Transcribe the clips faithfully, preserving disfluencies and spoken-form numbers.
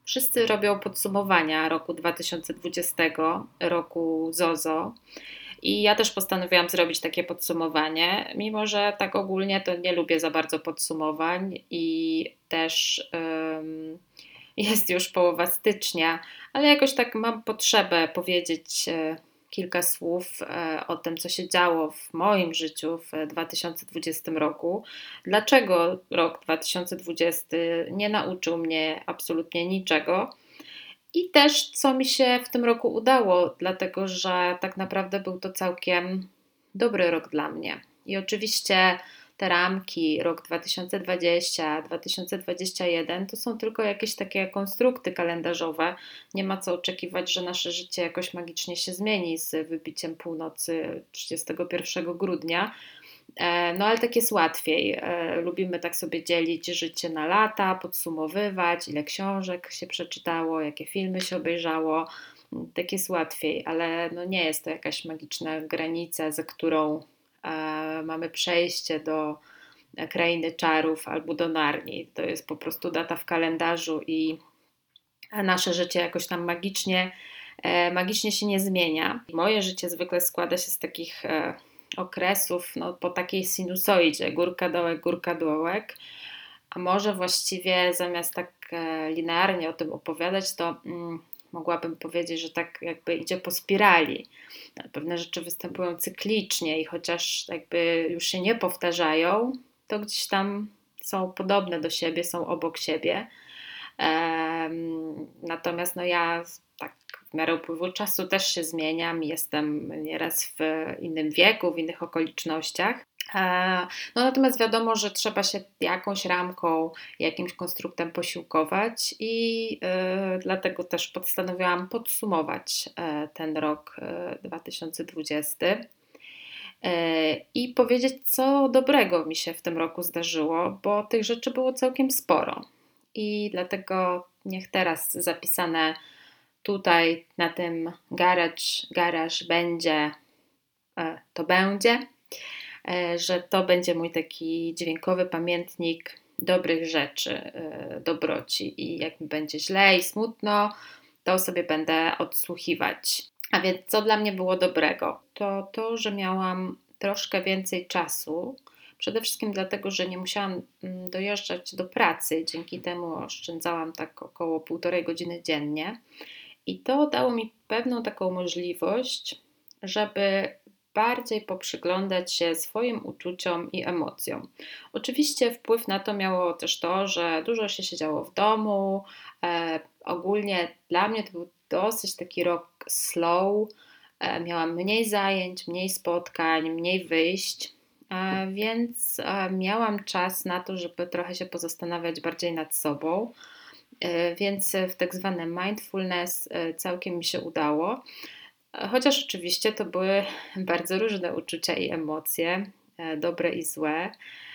Wszyscy robią podsumowania roku dwa tysiące dwudziestego, roku ZOZO. I ja też postanowiłam zrobić takie podsumowanie, mimo że tak ogólnie to nie lubię za bardzo podsumowań i też ym, jest już połowa stycznia, ale jakoś tak mam potrzebę powiedzieć e, kilka słów e, o tym, co się działo w moim życiu w dwa tysiące dwudziestym roku. Dlaczego rok dwa tysiące dwudziesty nie nauczył mnie absolutnie niczego? I też co mi się w tym roku udało, dlatego że tak naprawdę był to całkiem dobry rok dla mnie. I oczywiście te ramki, rok dwa tysiące dwudziesty, dwa tysiące dwudziesty pierwszy to są tylko jakieś takie konstrukty kalendarzowe. Nie ma co oczekiwać, że nasze życie jakoś magicznie się zmieni z wybiciem północy trzydziestego pierwszego grudnia. E, No ale tak jest łatwiej. E, Lubimy tak sobie dzielić życie na lata, podsumowywać, ile książek się przeczytało, jakie filmy się obejrzało. Tak jest łatwiej, ale no nie jest to jakaś magiczna granica, za którą e, mamy przejście do krainy czarów albo do Narni. To jest po prostu data w kalendarzu i nasze życie jakoś tam magicznie, e, magicznie się nie zmienia. Moje życie zwykle składa się z takich e, okresów, no, po takiej sinusoidzie, górka dołek, górka dołek, a może właściwie zamiast tak e, linearnie o tym opowiadać, to mm, mogłabym powiedzieć, że tak jakby idzie po spirali. Pewne rzeczy występują cyklicznie i chociaż jakby już się nie powtarzają, to gdzieś tam są podobne do siebie, są obok siebie. Natomiast no ja tak w miarę upływu czasu też się zmieniam, jestem nieraz w innym wieku, w innych okolicznościach. No natomiast wiadomo, że trzeba się jakąś ramką, jakimś konstruktem posiłkować i y, dlatego też postanowiłam podsumować y, ten rok y, dwa tysiące dwudziesty y, i powiedzieć, co dobrego mi się w tym roku zdarzyło, bo tych rzeczy było całkiem sporo. I dlatego niech teraz zapisane tutaj na tym garage, garaż będzie, e, to będzie, e, że to będzie mój taki dźwiękowy pamiętnik dobrych rzeczy, e, dobroci i jak mi będzie źle i smutno, to sobie będę odsłuchiwać. A więc co dla mnie było dobrego? To to, że miałam troszkę więcej czasu. Przede wszystkim dlatego, że nie musiałam mm, dojeżdżać do pracy. Dzięki temu oszczędzałam tak około półtorej godziny dziennie. I to dało mi pewną taką możliwość, żeby bardziej poprzyglądać się swoim uczuciom i emocjom. Oczywiście wpływ na to miało też to, że dużo się siedziało w domu. E, ogólnie dla mnie to był dosyć taki rok slow. E, miałam mniej zajęć, mniej spotkań, mniej wyjść. E, Więc e, miałam czas na to, żeby trochę się pozastanawiać bardziej nad sobą, E, więc w tak zwane mindfulness e, całkiem mi się udało. E, Chociaż oczywiście to były bardzo różne uczucia i emocje, e, dobre i złe,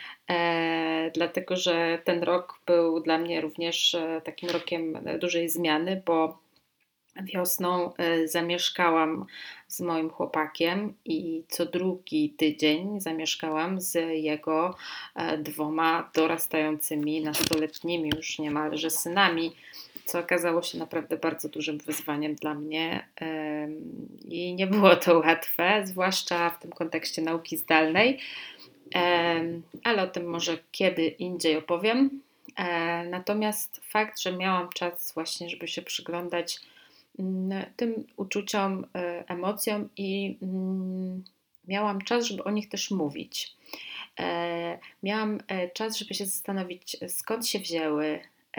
e, dlatego że ten rok był dla mnie również e, takim rokiem dużej zmiany, bo wiosną e, zamieszkałam z moim chłopakiem i co drugi tydzień zamieszkałam z jego e, dwoma dorastającymi, nastoletnimi już niemalże synami, co okazało się naprawdę bardzo dużym wyzwaniem dla mnie em, i nie było to łatwe, zwłaszcza w tym kontekście nauki zdalnej, Em, ale o tym może kiedy indziej opowiem. E, Natomiast fakt, że miałam czas właśnie, żeby się przyglądać mm, tym uczuciom, e, emocjom i mm, miałam czas, żeby o nich też mówić. E, Miałam e, czas, żeby się zastanowić, skąd się wzięły,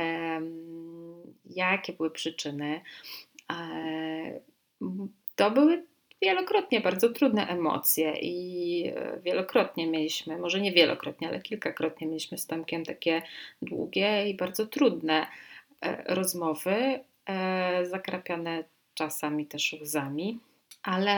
em, jakie były przyczyny. E, To były wielokrotnie bardzo trudne emocje i e, wielokrotnie mieliśmy, może nie wielokrotnie, ale kilkakrotnie mieliśmy z Tomkiem takie długie i bardzo trudne e, rozmowy, e, zakrapiane czasami też łzami, ale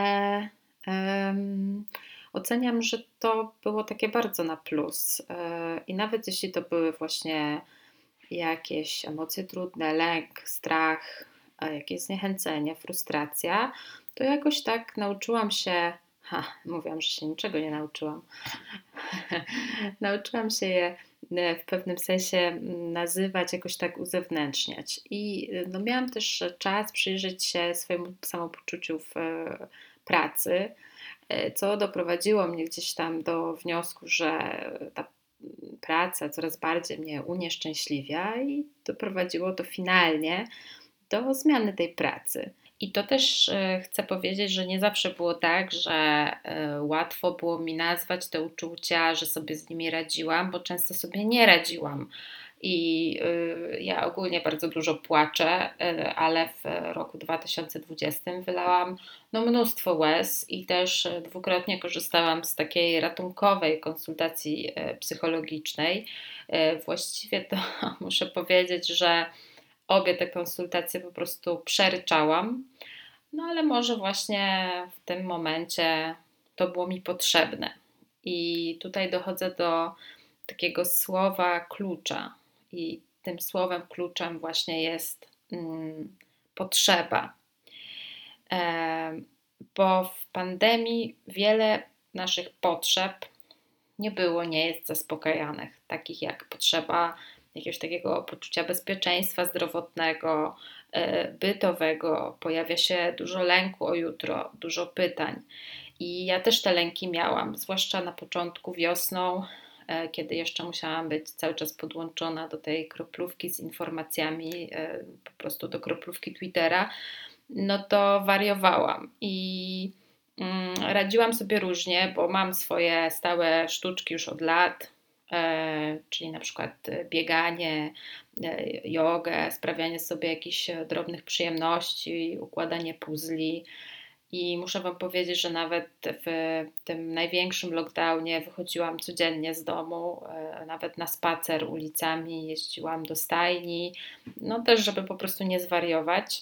em, oceniam, że to było takie bardzo na plus. E, I nawet jeśli to były właśnie jakieś emocje trudne, lęk, strach, a jakieś zniechęcenie, frustracja, to jakoś tak nauczyłam się, ha, mówiłam, że się niczego nie nauczyłam, nauczyłam się je w pewnym sensie nazywać, jakoś tak uzewnętrzniać. I no, miałam też czas przyjrzeć się swojemu samopoczuciu w pracy, co doprowadziło mnie gdzieś tam do wniosku, że ta praca coraz bardziej mnie unieszczęśliwia i doprowadziło to finalnie do zmiany tej pracy. I to też chcę powiedzieć, że nie zawsze było tak, że łatwo było mi nazwać te uczucia, że sobie z nimi radziłam, bo często sobie nie radziłam. I ja ogólnie bardzo dużo płaczę, ale w roku dwa tysiące dwudziestym wylałam no, mnóstwo łez i też dwukrotnie korzystałam z takiej ratunkowej konsultacji psychologicznej. Właściwie to muszę powiedzieć, że obie te konsultacje po prostu przeryczałam, no ale może właśnie w tym momencie to było mi potrzebne. I tutaj dochodzę do takiego słowa klucza. I tym słowem kluczem właśnie jest mm, potrzeba. E, bo w pandemii wiele naszych potrzeb nie było, nie jest zaspokajanych, takich jak potrzeba jakiegoś takiego poczucia bezpieczeństwa zdrowotnego, bytowego. Pojawia się dużo lęku o jutro, dużo pytań. I ja też te lęki miałam, zwłaszcza na początku wiosną, kiedy jeszcze musiałam być cały czas podłączona do tej kroplówki z informacjami, po prostu do kroplówki Twittera, no to wariowałam i radziłam sobie różnie, bo mam swoje stałe sztuczki już od lat, czyli na przykład bieganie, jogę, sprawianie sobie jakichś drobnych przyjemności, układanie puzli. I muszę Wam powiedzieć, że nawet w tym największym lockdownie wychodziłam codziennie z domu, nawet na spacer ulicami, jeździłam do stajni, no też żeby po prostu nie zwariować.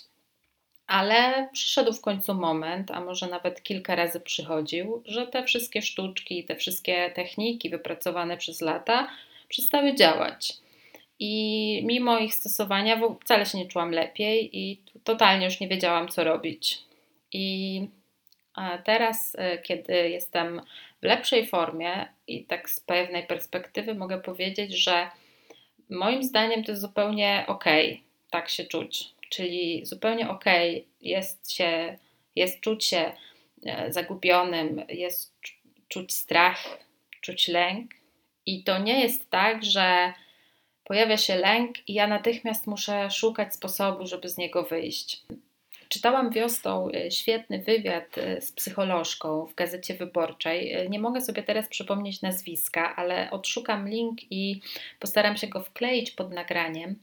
Ale przyszedł w końcu moment, a może nawet kilka razy przychodził, że te wszystkie sztuczki, te wszystkie techniki wypracowane przez lata przestały działać. I mimo ich stosowania wcale się nie czułam lepiej i totalnie już nie wiedziałam, co robić. I teraz, kiedy jestem w lepszej formie i tak z pewnej perspektywy mogę powiedzieć, że moim zdaniem to jest zupełnie okej, tak się czuć. Czyli zupełnie okej jest się, jest czuć się zagubionym, jest czuć strach, czuć lęk. I to nie jest tak, że pojawia się lęk i ja natychmiast muszę szukać sposobu, żeby z niego wyjść. Czytałam wiosną świetny wywiad z psycholożką w Gazecie Wyborczej. Nie mogę sobie teraz przypomnieć nazwiska, ale odszukam link i postaram się go wkleić pod nagraniem.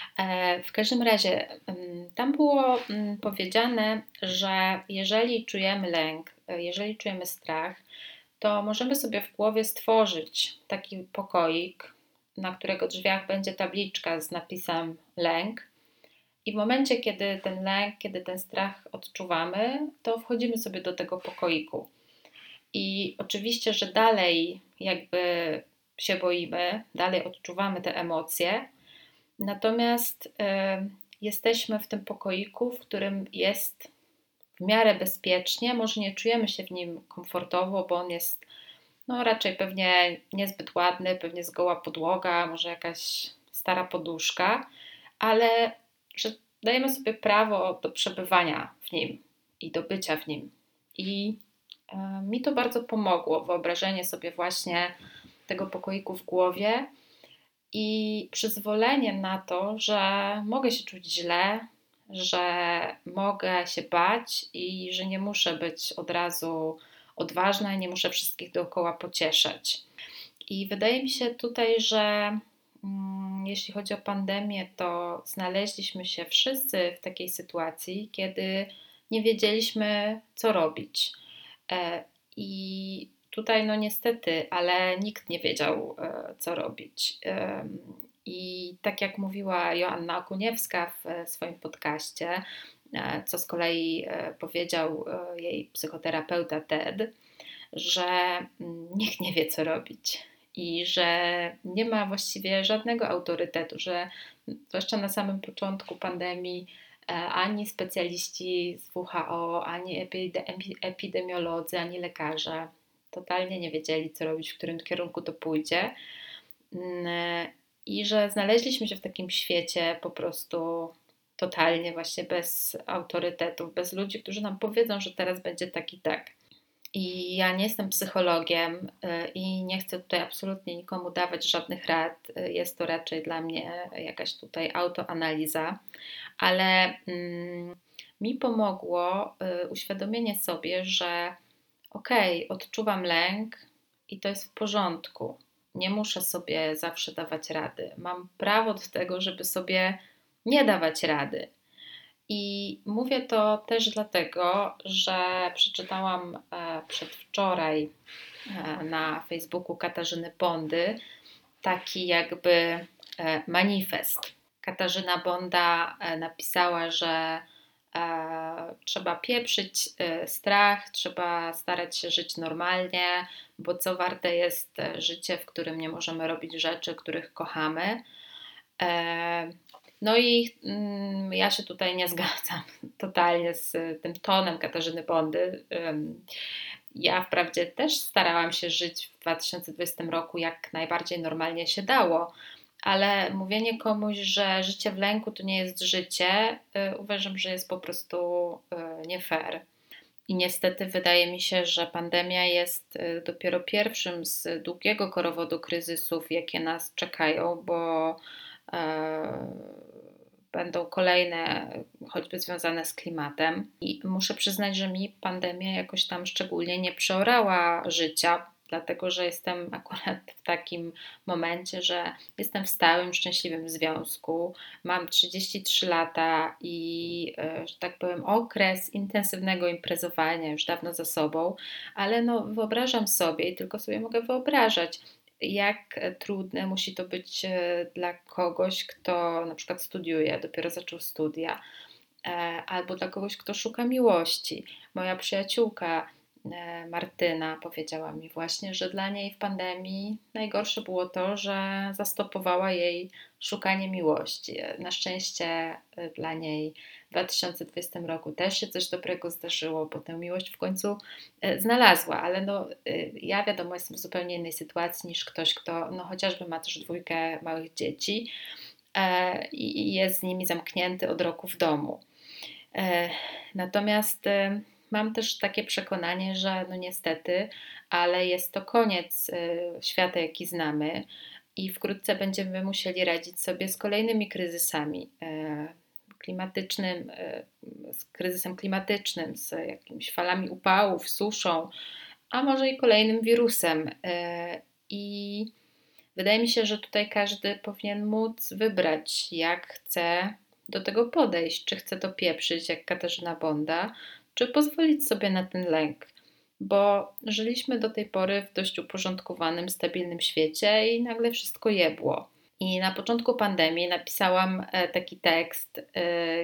W każdym razie tam było powiedziane, że jeżeli czujemy lęk, jeżeli czujemy strach, to możemy sobie w głowie stworzyć taki pokoik, na którego drzwiach będzie tabliczka z napisem lęk. I w momencie, kiedy ten lęk, kiedy ten strach odczuwamy, to wchodzimy sobie do tego pokoiku. I oczywiście, że dalej jakby się boimy, dalej odczuwamy te emocje, natomiast y, jesteśmy w tym pokoiku, w którym jest w miarę bezpiecznie, może nie czujemy się w nim komfortowo, bo on jest no, raczej pewnie niezbyt ładny, pewnie zgoła podłoga, może jakaś stara poduszka, ale że dajemy sobie prawo do przebywania w nim i do bycia w nim. I y, mi to bardzo pomogło, wyobrażenie sobie właśnie tego pokoiku w głowie i przyzwolenie na to, że mogę się czuć źle, że mogę się bać i że nie muszę być od razu odważna i nie muszę wszystkich dookoła pocieszać. I wydaje mi się tutaj, że jeśli chodzi o pandemię, to znaleźliśmy się wszyscy w takiej sytuacji, kiedy nie wiedzieliśmy, co robić. I tutaj, no niestety, ale nikt nie wiedział, co robić. I tak jak mówiła Joanna Okuniewska w swoim podcaście, co z kolei powiedział jej psychoterapeuta Ted, że nikt nie wie, co robić. I że nie ma właściwie żadnego autorytetu, że zwłaszcza na samym początku pandemii ani specjaliści z W H O, ani epidemiolodzy, ani lekarze totalnie nie wiedzieli, co robić, w którym kierunku to pójdzie. Mm, I że znaleźliśmy się w takim świecie po prostu totalnie właśnie bez autorytetów, bez ludzi, którzy nam powiedzą, że teraz będzie tak i tak. I ja nie jestem psychologiem y, i nie chcę tutaj absolutnie nikomu dawać żadnych rad. Y, Jest to raczej dla mnie jakaś tutaj autoanaliza, ale mm, mi pomogło y, uświadomienie sobie, że okej, odczuwam lęk i to jest w porządku. Nie muszę sobie zawsze dawać rady. Mam prawo do tego, żeby sobie nie dawać rady. I mówię to też dlatego, że przeczytałam e, przedwczoraj e, na Facebooku Katarzyny Bondy taki jakby e, manifest. Katarzyna Bonda e, napisała, że e, trzeba pieprzyć e, strach, trzeba starać się żyć normalnie, bo co warte jest e, życie, w którym nie możemy robić rzeczy, których kochamy. E, No i mm, ja się tutaj nie zgadzam totalnie z tym tonem Katarzyny Bondy. Ym, Ja wprawdzie też starałam się żyć w dwa tysiące dwudziestym roku jak najbardziej normalnie się dało, ale mówienie komuś, że życie w lęku to nie jest życie, y, uważam, że jest po prostu y, nie fair. I niestety wydaje mi się, że pandemia jest y, dopiero pierwszym z długiego korowodu kryzysów, jakie nas czekają, bo e, będą kolejne, choćby związane z klimatem. I muszę przyznać, że mi pandemia jakoś tam szczególnie nie przeorała życia, dlatego że jestem akurat w takim momencie, że jestem w stałym, szczęśliwym związku. Mam trzydzieści trzy lata i, e, że tak powiem, okres intensywnego imprezowania już dawno za sobą, ale no wyobrażam sobie i tylko sobie mogę wyobrażać, jak trudne musi to być e, dla kogoś, kto na przykład studiuje, dopiero zaczął studia, e, albo dla kogoś, kto szuka miłości. Moja przyjaciółka e, Martyna powiedziała mi właśnie, że dla niej w pandemii najgorsze było to, że zastopowała jej szukanie miłości. Na szczęście e, dla niej w dwa tysiące dwudziestym roku też się coś dobrego zdarzyło, bo tę miłość w końcu e, znalazła, ale no, e, ja wiadomo jestem w zupełnie innej sytuacji niż ktoś, kto no, chociażby ma też dwójkę małych dzieci e, i i jest z nimi zamknięty od roku w domu. E, Natomiast e, mam też takie przekonanie, że no niestety, ale jest to koniec e, świata, jaki znamy i wkrótce będziemy musieli radzić sobie z kolejnymi kryzysami e, klimatycznym, e, z kryzysem klimatycznym, z jakimiś falami upałów, suszą, a może i kolejnym wirusem. E, I wydaje mi się, że tutaj każdy powinien móc wybrać, jak chce do tego podejść. Czy chce to pieprzyć, jak Katarzyna Bonda, czy pozwolić sobie na ten lęk. Bo żyliśmy do tej pory w dość uporządkowanym, stabilnym świecie i nagle wszystko jebło. I na początku pandemii napisałam e, taki tekst, e,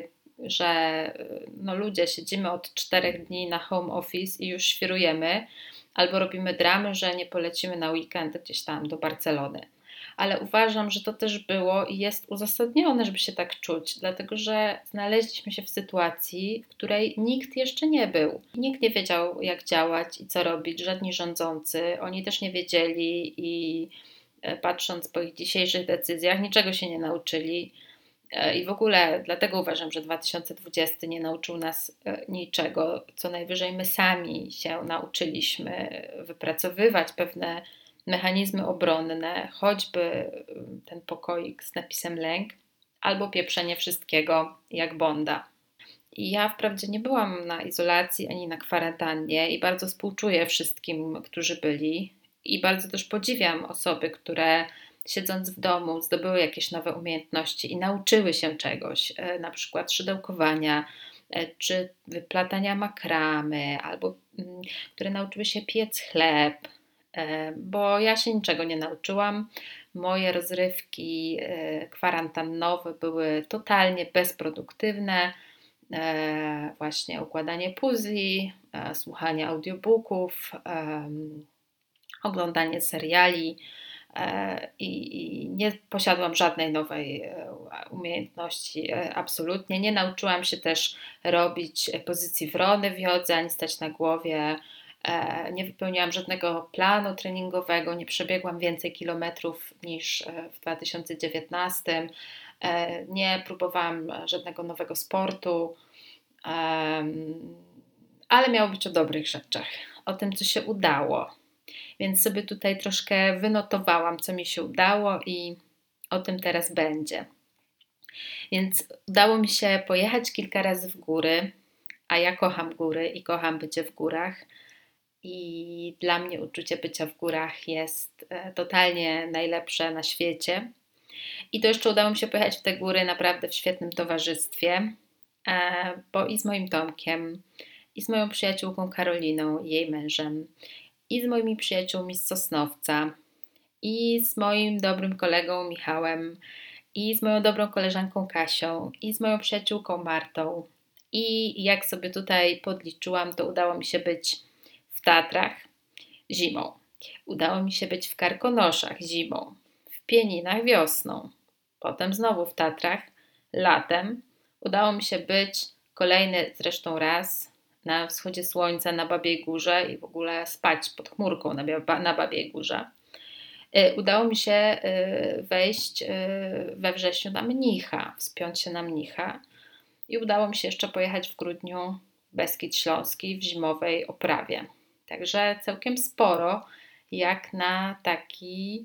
że e, no ludzie siedzimy od czterech dni na home office i już świrujemy, albo robimy dramy, że nie polecimy na weekend gdzieś tam do Barcelony. Ale uważam, że to też było i jest uzasadnione, żeby się tak czuć, dlatego że znaleźliśmy się w sytuacji, w której nikt jeszcze nie był. Nikt nie wiedział, jak działać i co robić, żadni rządzący. Oni też nie wiedzieli i e, patrząc po ich dzisiejszych decyzjach, niczego się nie nauczyli. E, I w ogóle dlatego uważam, że dwa tysiące dwudziesty nie nauczył nas e, niczego, co najwyżej my sami się nauczyliśmy wypracowywać pewne mechanizmy obronne, choćby e, ten pokoik z napisem lęk, albo pieprzenie wszystkiego jak Bonda. I ja wprawdzie nie byłam na izolacji ani na kwarantannie i bardzo współczuję wszystkim, którzy byli i bardzo też podziwiam osoby, które siedząc w domu zdobyły jakieś nowe umiejętności i nauczyły się czegoś, e, na przykład szydełkowania, e, czy wyplatania makramy, albo mm, które nauczyły się piec chleb, e, bo ja się niczego nie nauczyłam. Moje rozrywki e, kwarantannowe były totalnie bezproduktywne. E, właśnie układanie puzli, e, słuchanie audiobooków, e, oglądanie seriali e, i, i nie posiadłam żadnej nowej e, umiejętności, e, absolutnie. Nie nauczyłam się też robić pozycji wrony w jodze, ani stać na głowie, Nie wypełniłam żadnego planu treningowego, nie przebiegłam więcej kilometrów niż w dwa tysiące dziewiętnastym. Nie próbowałam żadnego nowego sportu, ale miało być o dobrych rzeczach, o tym, co się udało. Więc sobie tutaj troszkę wynotowałam, co mi się udało i o tym teraz będzie. Więc udało mi się pojechać kilka razy w góry, a ja kocham góry i kocham bycie w górach. I dla mnie uczucie bycia w górach jest totalnie najlepsze na świecie. I to jeszcze udało mi się pojechać w te góry naprawdę w świetnym towarzystwie, bo i z moim Tomkiem, i z moją przyjaciółką Karoliną i jej mężem, i z moimi przyjaciółmi z Sosnowca, i z moim dobrym kolegą Michałem, i z moją dobrą koleżanką Kasią, i z moją przyjaciółką Martą. I jak sobie tutaj podliczyłam, to udało mi się być w Tatrach zimą. Udało mi się być w Karkonoszach zimą, w Pieninach wiosną, potem znowu w Tatrach latem. Udało mi się być kolejny zresztą raz na wschodzie słońca na Babiej Górze i w ogóle spać pod chmurką na, na Babiej Górze. Udało mi się wejść we wrześniu na Mnicha, wspiąć się na Mnicha i udało mi się jeszcze pojechać w grudniu w Beskid Śląski w zimowej oprawie. Także całkiem sporo, jak na taki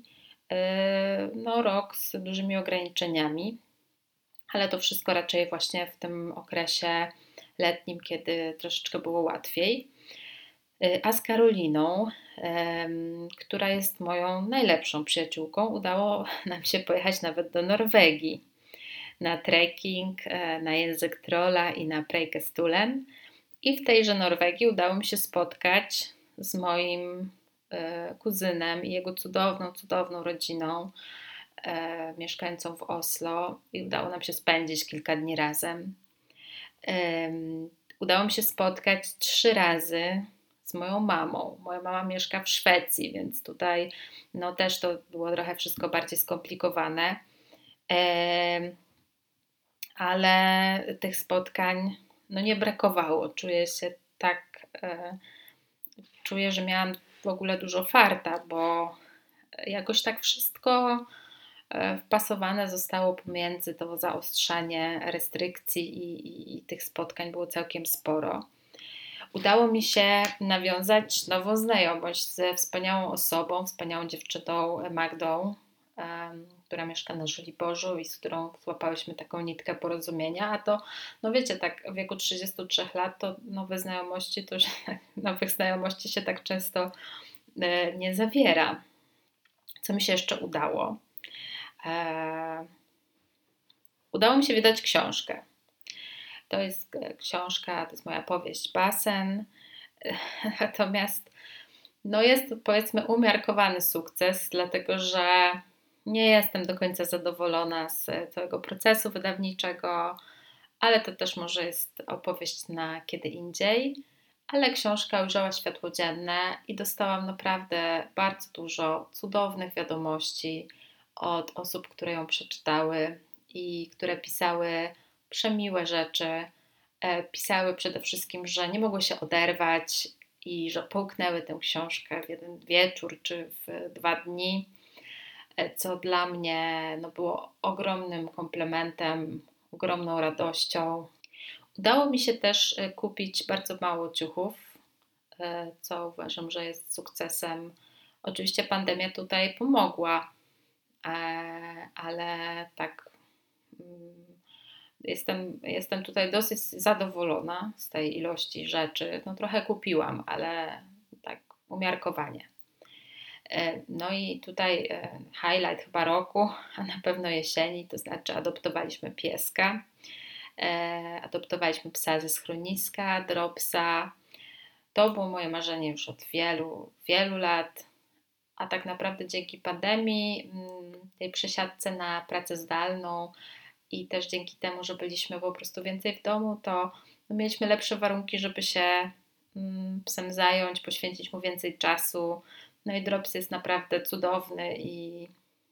no, rok z dużymi ograniczeniami, ale to wszystko raczej właśnie w tym okresie letnim, kiedy troszeczkę było łatwiej. A z Karoliną, która jest moją najlepszą przyjaciółką, udało nam się pojechać nawet do Norwegii na trekking, na język trolla i na Preikestolen. I w tejże Norwegii udało mi się spotkać z moim kuzynem i jego cudowną, cudowną rodziną mieszkającą w Oslo i udało nam się spędzić kilka dni razem. Udało mi się spotkać trzy razy z moją mamą. Moja mama mieszka w Szwecji, więc tutaj no też to było trochę wszystko bardziej skomplikowane. Ale tych spotkań no nie brakowało. Czuję się tak, czuję, że miałam w ogóle dużo farta, bo jakoś tak wszystko wpasowane zostało pomiędzy to zaostrzanie restrykcji i, i, i tych spotkań było całkiem sporo. Udało mi się nawiązać nową znajomość ze wspaniałą osobą, wspaniałą dziewczyną Magdą, um, która mieszka na Żoliborzu i z którą złapałyśmy taką nitkę porozumienia, a to, no wiecie, tak w wieku trzydziestu trzech lat to nowe znajomości, to już nowych znajomości się tak często e, nie zawiera. Co mi się jeszcze udało? E, udało mi się wydać książkę. To jest książka, to jest moja powieść Basen, natomiast no jest to powiedzmy umiarkowany sukces, dlatego że nie jestem do końca zadowolona z całego procesu wydawniczego, ale to też może jest opowieść na kiedy indziej, ale książka ujrzała światło dzienne i dostałam naprawdę bardzo dużo cudownych wiadomości od osób, które ją przeczytały i które pisały przemiłe rzeczy. Pisały przede wszystkim, że nie mogły się oderwać i że połknęły tę książkę w jeden wieczór czy w dwa dni, co dla mnie no, było ogromnym komplementem, ogromną radością. Udało mi się też kupić bardzo mało ciuchów, co uważam, że jest sukcesem. Oczywiście pandemia tutaj pomogła, ale tak jestem, jestem tutaj dosyć zadowolona z tej ilości rzeczy. No trochę kupiłam, ale tak umiarkowanie. No i tutaj highlight chyba roku, a na pewno jesieni, to znaczy adoptowaliśmy pieska. Adoptowaliśmy psa ze schroniska, Dropsa. To było moje marzenie już od wielu, wielu lat, a tak naprawdę dzięki pandemii, tej przesiadce na pracę zdalną i też dzięki temu, że byliśmy po prostu więcej w domu, to mieliśmy lepsze warunki, żeby się psem zająć, poświęcić mu więcej czasu. No i Drops jest naprawdę cudowny i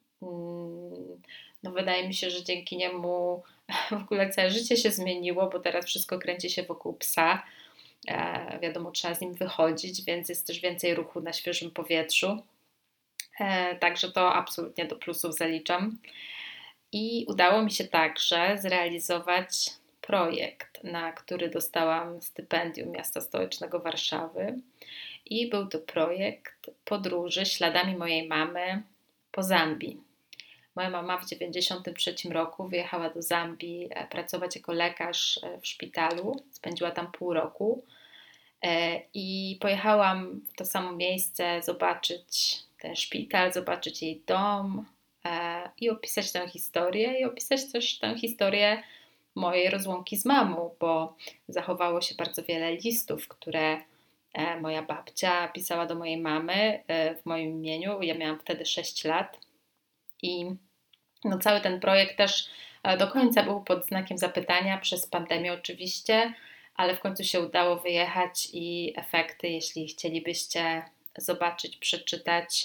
no wydaje mi się, że dzięki niemu w ogóle całe życie się zmieniło, bo teraz wszystko kręci się wokół psa. E, wiadomo, trzeba z nim wychodzić, więc jest też więcej ruchu na świeżym powietrzu. E, także to absolutnie do plusów zaliczam. I udało mi się także zrealizować projekt, na który dostałam stypendium Miasta Stołecznego Warszawy. I był to projekt podróży śladami mojej mamy po Zambii. Moja mama w dziewięćdziesiątym trzecim roku wyjechała do Zambii pracować jako lekarz w szpitalu. Spędziła tam pół roku. I pojechałam w to samo miejsce zobaczyć ten szpital, zobaczyć jej dom i opisać tę historię i opisać też tę historię mojej rozłąki z mamą, bo zachowało się bardzo wiele listów, które moja babcia pisała do mojej mamy w moim imieniu. Ja miałam wtedy sześć lat i no cały ten projekt też do końca był pod znakiem zapytania przez pandemię oczywiście, ale w końcu się udało wyjechać i efekty, jeśli chcielibyście zobaczyć, przeczytać,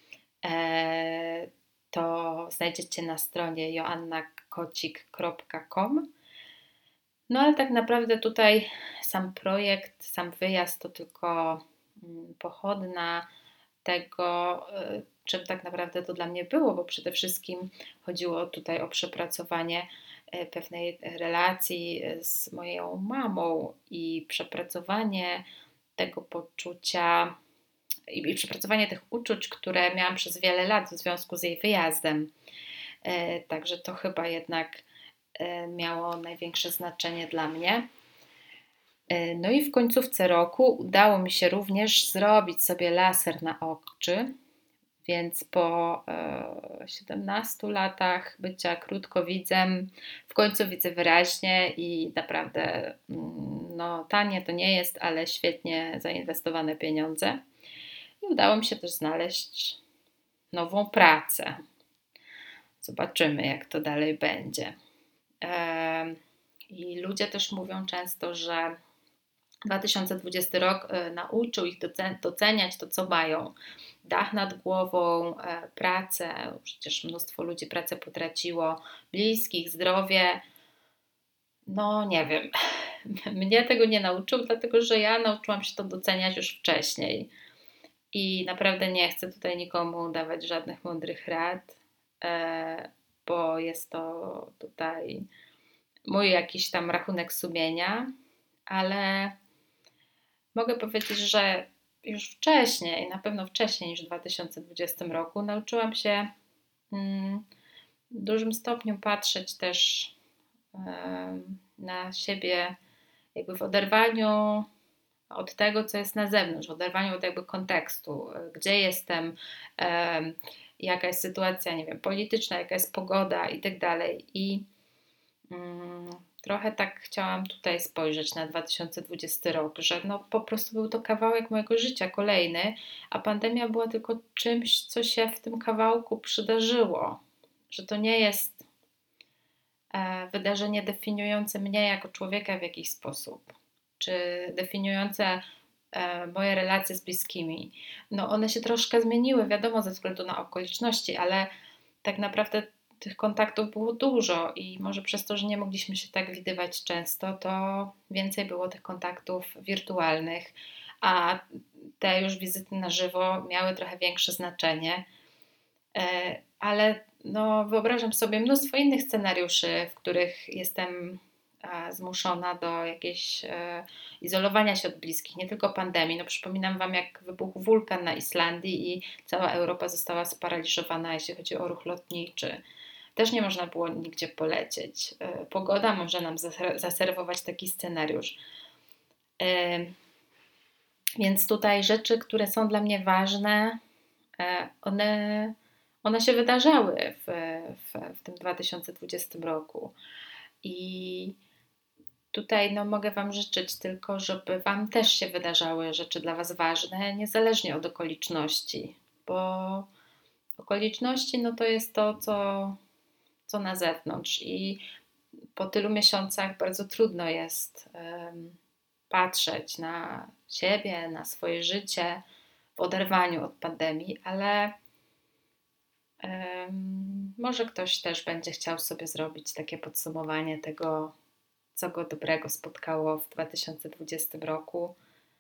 to znajdziecie na stronie joanna kocik kropka com. No ale tak naprawdę tutaj sam projekt, sam wyjazd to tylko pochodna tego, czym tak naprawdę to dla mnie było, bo przede wszystkim chodziło tutaj o przepracowanie pewnej relacji z moją mamą i przepracowanie tego poczucia i, i przepracowanie tych uczuć, które miałam przez wiele lat w związku z jej wyjazdem. Także to chyba jednak miało największe znaczenie dla mnie. No i w końcówce roku udało mi się również zrobić sobie laser na oczy, więc po siedemnastu latach bycia krótkowidzem w końcu widzę wyraźnie i naprawdę no, tanie to nie jest, ale świetnie zainwestowane pieniądze. I udało mi się też znaleźć nową pracę. Zobaczymy, jak to dalej będzie. I ludzie też mówią często, że dwa tysiące dwudziesty rok nauczył ich doceniać to, co mają. Dach nad głową, pracę, przecież mnóstwo ludzi pracę potraciło, bliskich, zdrowie. No nie wiem, mnie tego nie nauczył, dlatego że ja nauczyłam się to doceniać już wcześniej. I naprawdę nie chcę tutaj nikomu dawać żadnych mądrych rad, bo jest to tutaj mój jakiś tam rachunek sumienia, ale mogę powiedzieć, że już wcześniej, na pewno wcześniej niż w dwa tysiące dwudziestym roku nauczyłam się w dużym stopniu patrzeć też na siebie jakby w oderwaniu od tego, co jest na zewnątrz, w oderwaniu od jakby kontekstu, gdzie jestem, jaka jest sytuacja, nie wiem, polityczna, jaka jest pogoda i tak dalej. I trochę tak chciałam tutaj spojrzeć na dwa tysiące dwudziesty rok, że no po prostu był to kawałek mojego życia, kolejny, a pandemia była tylko czymś, co się w tym kawałku przydarzyło, że to nie jest wydarzenie definiujące mnie jako człowieka w jakiś sposób, czy definiujące moje relacje z bliskimi. No one się troszkę zmieniły, wiadomo, ze względu na okoliczności, ale tak naprawdę tych kontaktów było dużo i może przez to, że nie mogliśmy się tak widywać często, to więcej było tych kontaktów wirtualnych, a te już wizyty na żywo miały trochę większe znaczenie. Ale no, wyobrażam sobie mnóstwo innych scenariuszy, w których jestem zmuszona do jakiegoś izolowania się od bliskich, nie tylko pandemii. No, przypominam Wam, jak wybuchł wulkan na Islandii i cała Europa została sparaliżowana, jeśli chodzi o ruch lotniczy. Też nie można było nigdzie polecieć. Pogoda może nam zaserwować taki scenariusz. Więc tutaj rzeczy, które są dla mnie ważne, one, one się wydarzały w, w, w tym dwa tysiące dwudziestym roku. I tutaj no, mogę Wam życzyć tylko, żeby Wam też się wydarzały rzeczy dla Was ważne, niezależnie od okoliczności, bo okoliczności no, to jest to, co, co na zewnątrz i po tylu miesiącach bardzo trudno jest um, patrzeć na siebie, na swoje życie w oderwaniu od pandemii, ale um, może ktoś też będzie chciał sobie zrobić takie podsumowanie tego, co go dobrego spotkało w dwa tysiące dwudziestym roku.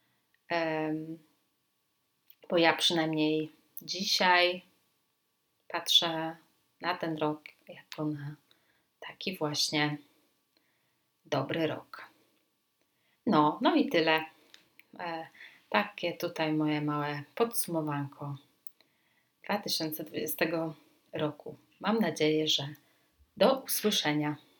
Bo ja przynajmniej dzisiaj patrzę na ten rok jako na taki właśnie dobry rok. No, no i tyle. E, takie tutaj moje małe podsumowanko dwa tysiące dwudziestego roku. Mam nadzieję, że do usłyszenia.